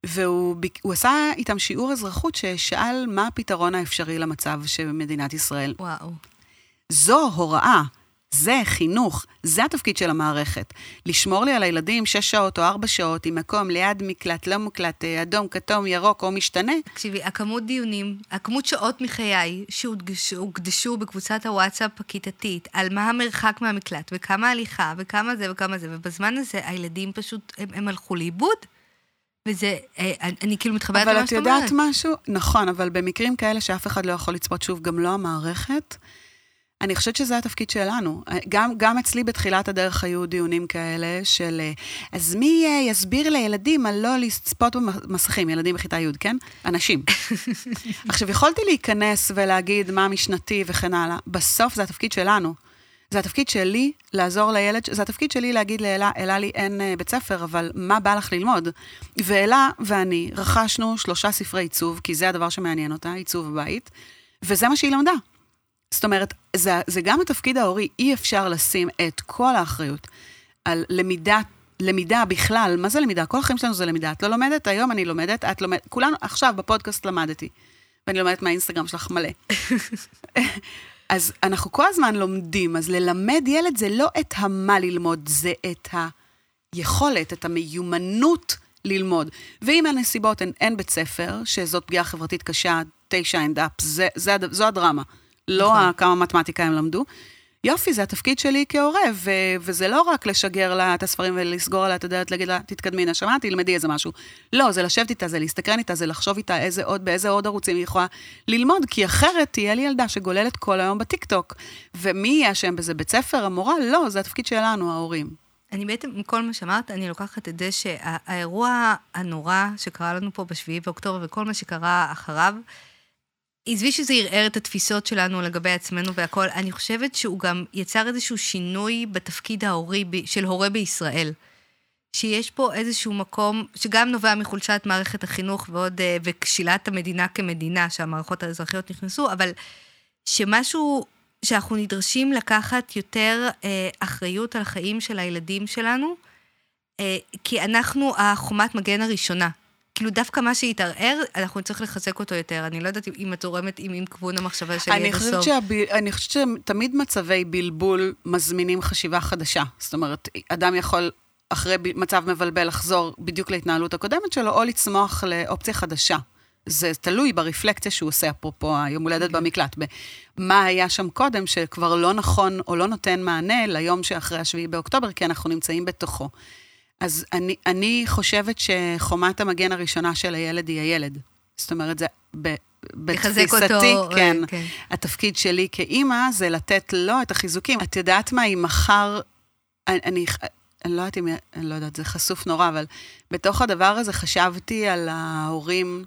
והוא הוא עשה איתם שיעור אזרחות ששאל מה הפתרון האפשרי למצב של מדינת ישראל. וואו. זו הוראה, זה חינוך, זה התפקיד של המערכת. לשמור לי על הילדים שש שעות או ארבע שעות, עם מקום ליד מקלט, לא מקלט, אדום, כתום, ירוק או משתנה. תקשיבי, הכמות דיונים, הכמות שעות מחיי שהוקדשו בקבוצת הוואטסאפ הכיתתית, על מה המרחק מהמקלט, וכמה הליכה, וכמה זה וכמה זה, ובזמן הזה הילדים פשוט, הם, הם הלכו לאיבוד. וזה, אני כאילו מתחברת למה שאת אומרת. אבל את יודעת משהו? נכון, אבל במקרים כאלה שאף אחד לא יכול לצפות שוב, גם לא המערכת, אני חושבת שזה התפקיד שלנו. גם, גם אצלי בתחילת הדרך היו דיונים כאלה של, אז מי יסביר לילדים על לא לצפות במסכים, ילדים בכיתה י', כן? אנשים. עכשיו, יכולתי להיכנס ולהגיד מה משנתי וכן הלאה. בסוף זה התפקיד שלנו. זה התפקיד שלי לעזור לילד, זה התפקיד שלי להגיד לאלה, אלה לי אין בית ספר, אבל מה בא לך ללמוד? ואלה ואני רכשנו שלושה ספרי עיצוב, כי זה הדבר שמעניין אותה, עיצוב בבית, וזה מה שהיא למדה. זאת אומרת, זה, זה גם התפקיד ההורי, אי אפשר לשים את כל האחריות על למידה, למידה בכלל. מה זה למידה? כל החיים שלנו זה למידה. את לא לומדת, היום אני לומדת, את לומדת, כולנו עכשיו בפודקאסט למדתי, ואני לומדת מהאינסטגרם שלך מלא. אז אנחנו כל הזמן לומדים, אז ללמד ילד זה לא את המה ללמוד, זה את היכולת, את המיומנות ללמוד. ואם הנסיבות אין, אין בית ספר, שזאת פגיעה חברתית קשה, תשע end up, זה, זה, זו הדרמה. לא כמה מתמטיקה הם למדו. יופי, זה התפקיד שלי כהורה, ו- וזה לא רק לשגר לה את הספרים ולסגור לה את הדלת, להגיד לה, תתקדמי, נשמה, תלמדי איזה משהו. לא, זה לשבת איתה, זה להסתקרן איתה, זה לחשוב איתה איזה עוד, באיזה עוד ערוצים היא יכולה ללמוד, כי אחרת תהיה לי ילדה שגוללת כל היום בטיקטוק. ומי יהיה שם בזה? בית ספר, המורה? לא, זה התפקיד שלנו, ההורים. אני בעצם, מכל מה שאמרת, אני לוקחת את זה שהאירוע הנורא שקרה לנו פה בשביעי באוקטובר, וכל מה שקרה אחריו, עזבי שזה ירער את התפיסות שלנו לגבי עצמנו והכל, אני חושבת שהוא גם יצר איזשהו שינוי בתפקיד ההורי של הורה בישראל. שיש פה איזשהו מקום שגם נובע מחולשת מערכת החינוך ועוד, וכשילת המדינה כמדינה, שהמערכות האזרחיות נכנסו, אבל שמשהו שאנחנו נדרשים לקחת יותר אה, אחריות על החיים של הילדים שלנו, אה, כי אנחנו החומת מגן הראשונה. כאילו דווקא מה שהתערער, אנחנו נצטרך לחזק אותו יותר. אני לא יודעת אם את זורמת עם, עם כיוון המחשבה שלי עד הסוף. שהב... אני חושבת שתמיד מצבי בלבול מזמינים חשיבה חדשה. זאת אומרת, אדם יכול אחרי מצב מבלבל לחזור בדיוק להתנהלות הקודמת שלו, או לצמוח לאופציה חדשה. זה תלוי ברפלקציה שהוא עושה, אפרופו היום הולדת okay. במקלט, מה היה שם קודם שכבר לא נכון או לא נותן מענה ליום שאחרי השביעי באוקטובר, כי אנחנו נמצאים בתוכו. אז אני, אני חושבת שחומת המגן הראשונה של הילד היא הילד. זאת אומרת, זה ב, בתפיסתי, כן, כן. התפקיד שלי כאימא זה לתת לו את החיזוקים. את יודעת מה, היא מחר, אני, אני, אני לא יודעת אם, אני לא יודעת, זה חשוף נורא, אבל בתוך הדבר הזה חשבתי על ההורים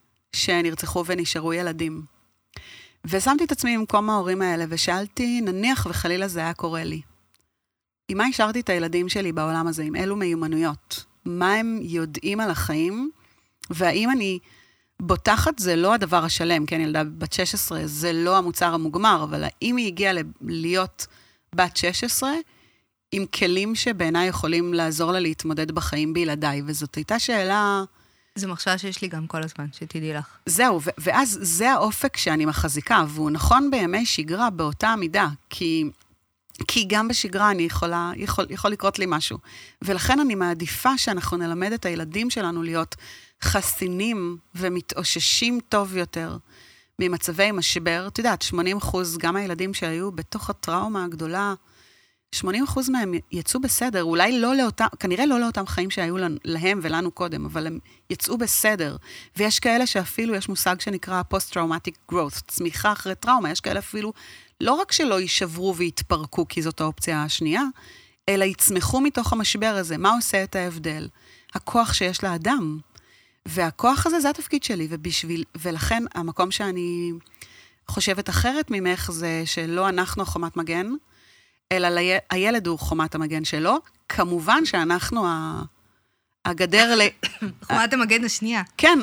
שנרצחו ונשארו ילדים. ושמתי את עצמי במקום ההורים האלה, ושאלתי, נניח וחלילה זה היה קורה לי. עם מה השארתי את הילדים שלי בעולם הזה, עם אילו מיומנויות? מה הם יודעים על החיים? והאם אני בוטחת, זה לא הדבר השלם, כן, ילדה בת שש עשרה, זה לא המוצר המוגמר, אבל האם היא הגיעה להיות בת שש עשרה, עם כלים שבעיניי יכולים לעזור לה להתמודד בחיים בילדיי, וזאת הייתה שאלה... זו מחשבה שיש לי גם כל הזמן, שתדעי לך. זהו, ו- ואז זה האופק שאני מחזיקה, והוא נכון בימי שגרה באותה המידה, כי... כי גם בשגרה אני יכולה, יכול, יכול לקרות לי משהו. ולכן אני מעדיפה שאנחנו נלמד את הילדים שלנו להיות חסינים ומתאוששים טוב יותר ממצבי משבר. את יודעת, שמונים אחוז, גם הילדים שהיו בתוך הטראומה הגדולה, שמונים אחוז מהם יצאו בסדר, אולי לא לאותם, כנראה לא לאותם חיים שהיו להם ולנו קודם, אבל הם יצאו בסדר. ויש כאלה שאפילו, יש מושג שנקרא post-traumatic growth, צמיחה אחרי טראומה, יש כאלה אפילו, לא רק שלא יישברו ויתפרקו, כי זאת האופציה השנייה, אלא יצמחו מתוך המשבר הזה. מה עושה את ההבדל? הכוח שיש לאדם. והכוח הזה זה התפקיד שלי, ובשביל, ולכן המקום שאני חושבת אחרת ממך, זה שלא אנחנו חומת מגן, אלא הילד הוא חומת המגן שלו. כמובן שאנחנו הגדר ל... חומת המגן השנייה. כן,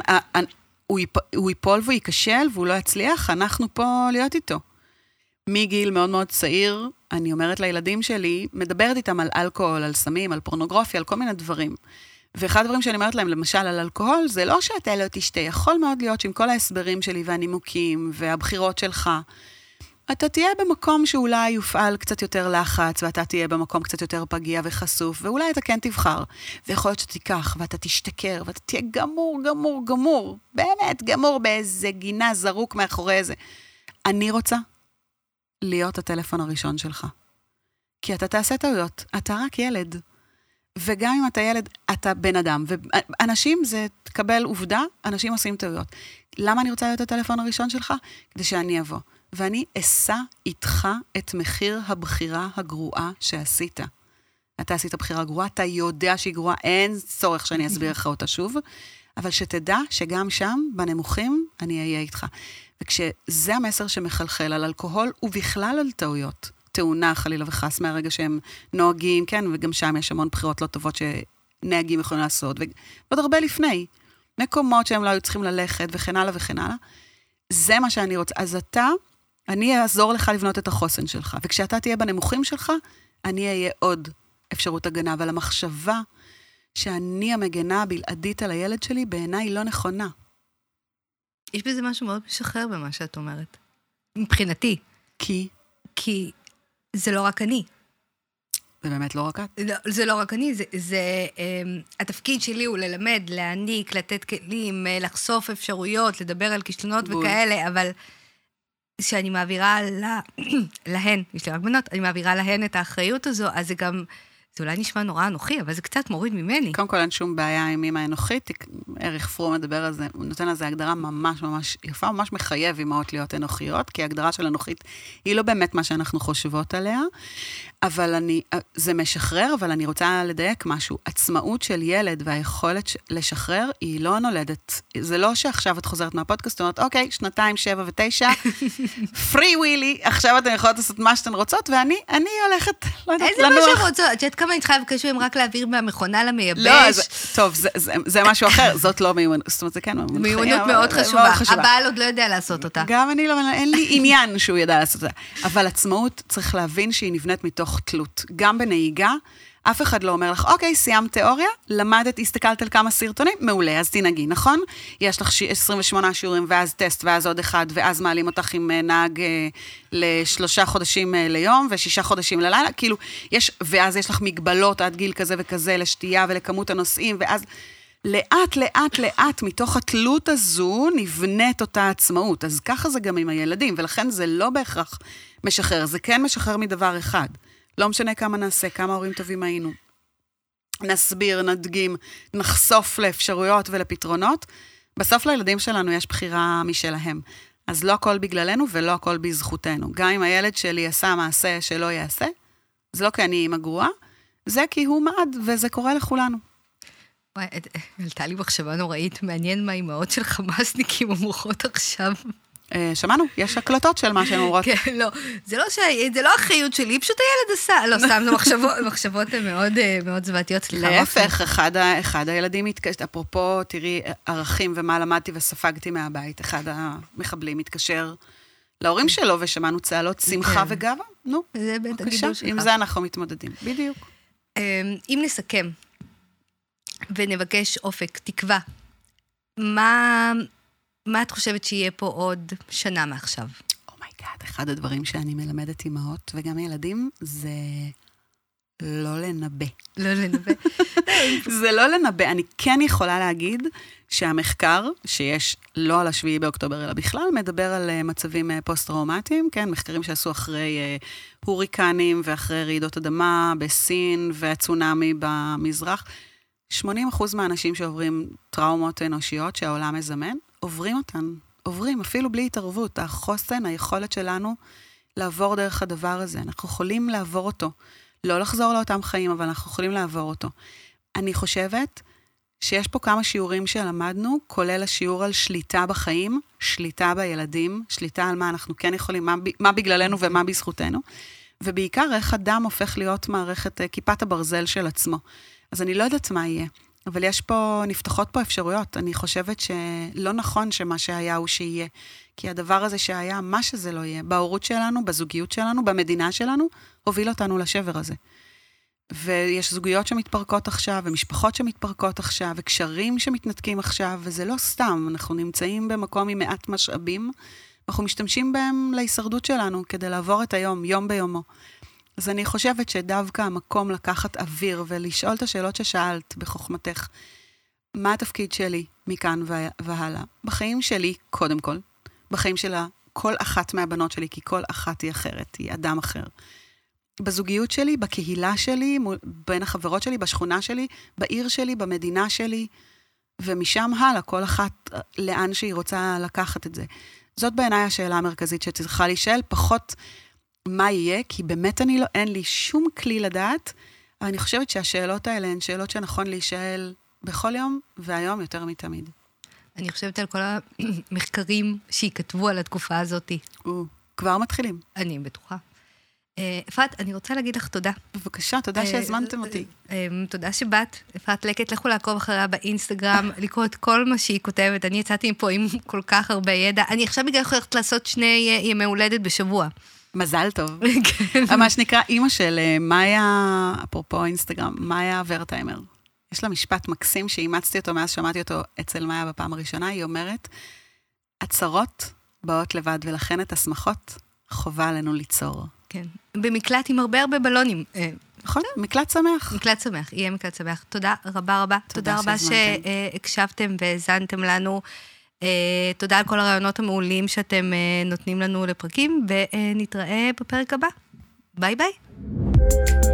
הוא ייפול והוא ייכשל, והוא לא יצליח, אנחנו פה להיות איתו. מגיל מאוד מאוד צעיר, אני אומרת לילדים שלי, מדברת איתם על אלכוהול, על סמים, על פורנוגרפיה, על כל מיני דברים. ואחד הדברים שאני אומרת להם, למשל על אלכוהול, זה לא שאתה לא תשתה, יכול מאוד להיות שעם כל ההסברים שלי והנימוקים והבחירות שלך, אתה תהיה במקום שאולי יופעל קצת יותר לחץ, ואתה תהיה במקום קצת יותר פגיע וחשוף, ואולי אתה כן תבחר, ויכול להיות שתיקח, ואתה תשתכר, ואתה תהיה גמור, גמור, גמור, באמת גמור באיזה גינה זרוק מאחורי איזה. אני רוצה להיות הטלפון הראשון שלך. כי אתה תעשה טעויות, אתה רק ילד. וגם אם אתה ילד, אתה בן אדם. ואנשים, זה תקבל עובדה, אנשים עושים טעויות. למה אני רוצה להיות הטלפון הראשון שלך? כדי שאני אבוא. ואני אסע איתך את מחיר הבחירה הגרועה שעשית. אתה עשית בחירה גרועה, אתה יודע שהיא גרועה, אין צורך שאני אסביר לך אותה שוב, אבל שתדע שגם שם, בנמוכים, אני אהיה איתך. וכשזה המסר שמחלחל על אלכוהול, ובכלל על טעויות, תאונה חלילה וחס מהרגע שהם נוהגים, כן, וגם שם יש המון בחירות לא טובות שנהגים יכולים לעשות, ועוד הרבה לפני, מקומות שהם לא היו צריכים ללכת, וכן הלאה וכן הלאה, זה מה שאני רוצה. אז אתה, אני אעזור לך לבנות את החוסן שלך, וכשאתה תהיה בנמוכים שלך, אני אהיה עוד אפשרות הגנה, אבל המחשבה שאני המגנה הבלעדית על הילד שלי, בעיניי לא נכונה. יש בזה משהו מאוד משחרר במה שאת אומרת. מבחינתי. כי? כי זה לא רק אני. זה באמת לא רק את? לא, זה לא רק אני, זה, זה, um, התפקיד שלי הוא ללמד, להעניק, לתת כלים, לחשוף אפשרויות, לדבר על כישלונות בול. וכאלה, אבל שאני מעבירה לה, להן, יש לי רק בנות, אני מעבירה להן את האחריות הזו, אז זה גם, זה אולי נשמע נורא אנוכי, אבל זה קצת מוריד ממני. קודם כל אין שום בעיה עם אמא אנוכית, ערך פרום מדבר על זה, הוא נותן על זה הגדרה ממש ממש יפה, ממש מחייב אמאות להיות אנוכיות, כי ההגדרה של אנוכית היא לא באמת מה שאנחנו חושבות עליה, אבל אני, זה משחרר, אבל אני רוצה לדייק משהו. עצמאות של ילד והיכולת לשחרר היא לא נולדת. זה לא שעכשיו את חוזרת מהפודקאסט, זאת אומרת, אוקיי, שנתיים, שבע ותשע, פרי ווילי, עכשיו אתן יכולות לעשות מה שאתן רוצות, ואני, אני הולכת, לא יודעת, איזה מה שהן רוצות? את יודעת כמה אני צריכה לבקש מהם רק להעביר מהמכונה למייבש? לא, זה, טוב, זה, זה, זה משהו אחר, זאת לא מיומנות, זאת אומרת, זה כן מיומנות. מיומנות מאוד חשובה, הבעל עוד לא יודע לעשות אותה. גם אני לא, אין לי עניין שהוא ידע לעשות אותה. אבל עצמאות צריך להבין שהיא נבנית מתוך תלות. גם בנהיגה, אף אחד לא אומר לך, אוקיי, סיימת תיאוריה, למדת, הסתכלת על כמה סרטונים, מעולה, אז תנהגי, נכון? יש לך עשרים ושמונה שיעורים, ואז טסט, ואז עוד אחד, ואז מעלים אותך עם נהג אה, לשלושה חודשים אה, ליום, ושישה חודשים ללילה, כאילו, יש, ואז יש לך מגבלות עד גיל כזה וכזה, לשתייה ולכמות הנושאים, ואז לאט, לאט, לאט, מתוך התלות הזו, נבנית אותה עצמאות. אז ככה זה גם עם הילדים, ולכן זה לא בהכרח משחרר, זה כן משחרר מדבר אחד. לא משנה כמה נעשה, כמה הורים טובים היינו. נסביר, נדגים, נחשוף לאפשרויות ולפתרונות. בסוף לילדים שלנו יש בחירה משלהם. אז לא הכל בגללנו ולא הכל בזכותנו. גם אם הילד שלי עשה מעשה שלא יעשה, זה לא כי אני אימא גרועה, זה כי הוא מעד, וזה קורה לכולנו. וואי, עלתה לי מחשבה נוראית, מעניין מה אימהות של חמאסניקים אומרות עכשיו. שמענו, יש הקלטות של מה שהן אומרות. כן, לא, זה לא, זה לא אחריות שלי, פשוט הילד עשה, לא, סתם, זה מחשבות, מחשבות מאוד, מאוד זוועתיות, סליחה. להפך, אחד, אחד הילדים מתקשר, אפרופו, תראי, ערכים ומה למדתי וספגתי מהבית, אחד המחבלים מתקשר להורים שלו, ושמענו צהלות שמחה וגאווה, נו, בבקשה, עם זה אנחנו מתמודדים, בדיוק. אם נסכם, ונבקש אופק, תקווה, מה... מה את חושבת שיהיה פה עוד שנה מעכשיו? אומייגאד, אחד הדברים שאני מלמדת אמהות וגם ילדים, זה לא לנבא. לא לנבא. זה לא לנבא. אני כן יכולה להגיד שהמחקר, שיש לא על השביעי באוקטובר, אלא בכלל, מדבר על מצבים פוסט-טראומטיים, כן, מחקרים שעשו אחרי הוריקנים ואחרי רעידות אדמה בסין והצונאמי במזרח. שמונים אחוז מהאנשים שעוברים טראומות אנושיות שהעולם מזמן, עוברים אותן, עוברים, אפילו בלי התערבות, החוסן, היכולת שלנו לעבור דרך הדבר הזה. אנחנו יכולים לעבור אותו, לא לחזור לאותם חיים, אבל אנחנו יכולים לעבור אותו. אני חושבת שיש פה כמה שיעורים שלמדנו, כולל השיעור על שליטה בחיים, שליטה בילדים, שליטה על מה אנחנו כן יכולים, מה, מה בגללנו ומה בזכותנו, ובעיקר איך אדם הופך להיות מערכת כיפת הברזל של עצמו. אז אני לא יודעת מה יהיה. אבל יש פה, נפתחות פה אפשרויות. אני חושבת שלא נכון שמה שהיה הוא שיהיה. כי הדבר הזה שהיה, מה שזה לא יהיה, בהורות שלנו, בזוגיות שלנו, במדינה שלנו, הוביל אותנו לשבר הזה. ויש זוגיות שמתפרקות עכשיו, ומשפחות שמתפרקות עכשיו, וקשרים שמתנתקים עכשיו, וזה לא סתם, אנחנו נמצאים במקום עם מעט משאבים, אנחנו משתמשים בהם להישרדות שלנו, כדי לעבור את היום, יום ביומו. אז אני חושבת שדווקא המקום לקחת אוויר, ולשאול את השאלות ששאלת בחוכמתך, מה התפקיד שלי מכאן והלאה? בחיים שלי, קודם כל, בחיים שלה, כל אחת מהבנות שלי, כי כל אחת היא אחרת, היא אדם אחר. בזוגיות שלי, בקהילה שלי, בין החברות שלי, בשכונה שלי, בעיר שלי, במדינה שלי, ומשם הלאה, כל אחת לאן שהיא רוצה לקחת את זה. זאת בעיניי השאלה המרכזית שצריכה להישאל, פחות מה יהיה, כי באמת אני לא, אין לי שום כלי לדעת, אבל אני חושבת שהשאלות האלה הן שאלות שנכון להישאל בכל יום, והיום יותר מתמיד. אני חושבת על כל המחקרים שיכתבו על התקופה הזאת. או, כבר מתחילים. אני בטוחה. אפרת, אני רוצה להגיד לך תודה. בבקשה, תודה שהזמנתם אותי. תודה שבאת. אפרת לקט, לכו לעקוב אחריה באינסטגרם, לקרוא את כל מה שהיא כותבת. אני יצאתי מפה עם כל כך הרבה ידע. אני עכשיו בגלל הולכת לעשות שני ימי הולדת בשבוע. מזל טוב. מה שנקרא, אימא של מאיה, אפרופו אינסטגרם, מאיה ורטיימר. יש לה משפט מקסים שאימצתי אותו מאז שמעתי אותו אצל מאיה בפעם הראשונה. היא אומרת, הצרות באות לבד, ולכן את השמחות חובה עלינו ליצור. כן. במקלט עם הרבה הרבה בלונים. נכון, מקלט שמח. מקלט שמח, יהיה מקלט שמח. תודה רבה רבה. תודה רבה שהקשבתם והזנתם לנו. תודה על כל הרעיונות המעולים שאתם נותנים לנו לפרקים, ונתראה בפרק הבא. ביי ביי.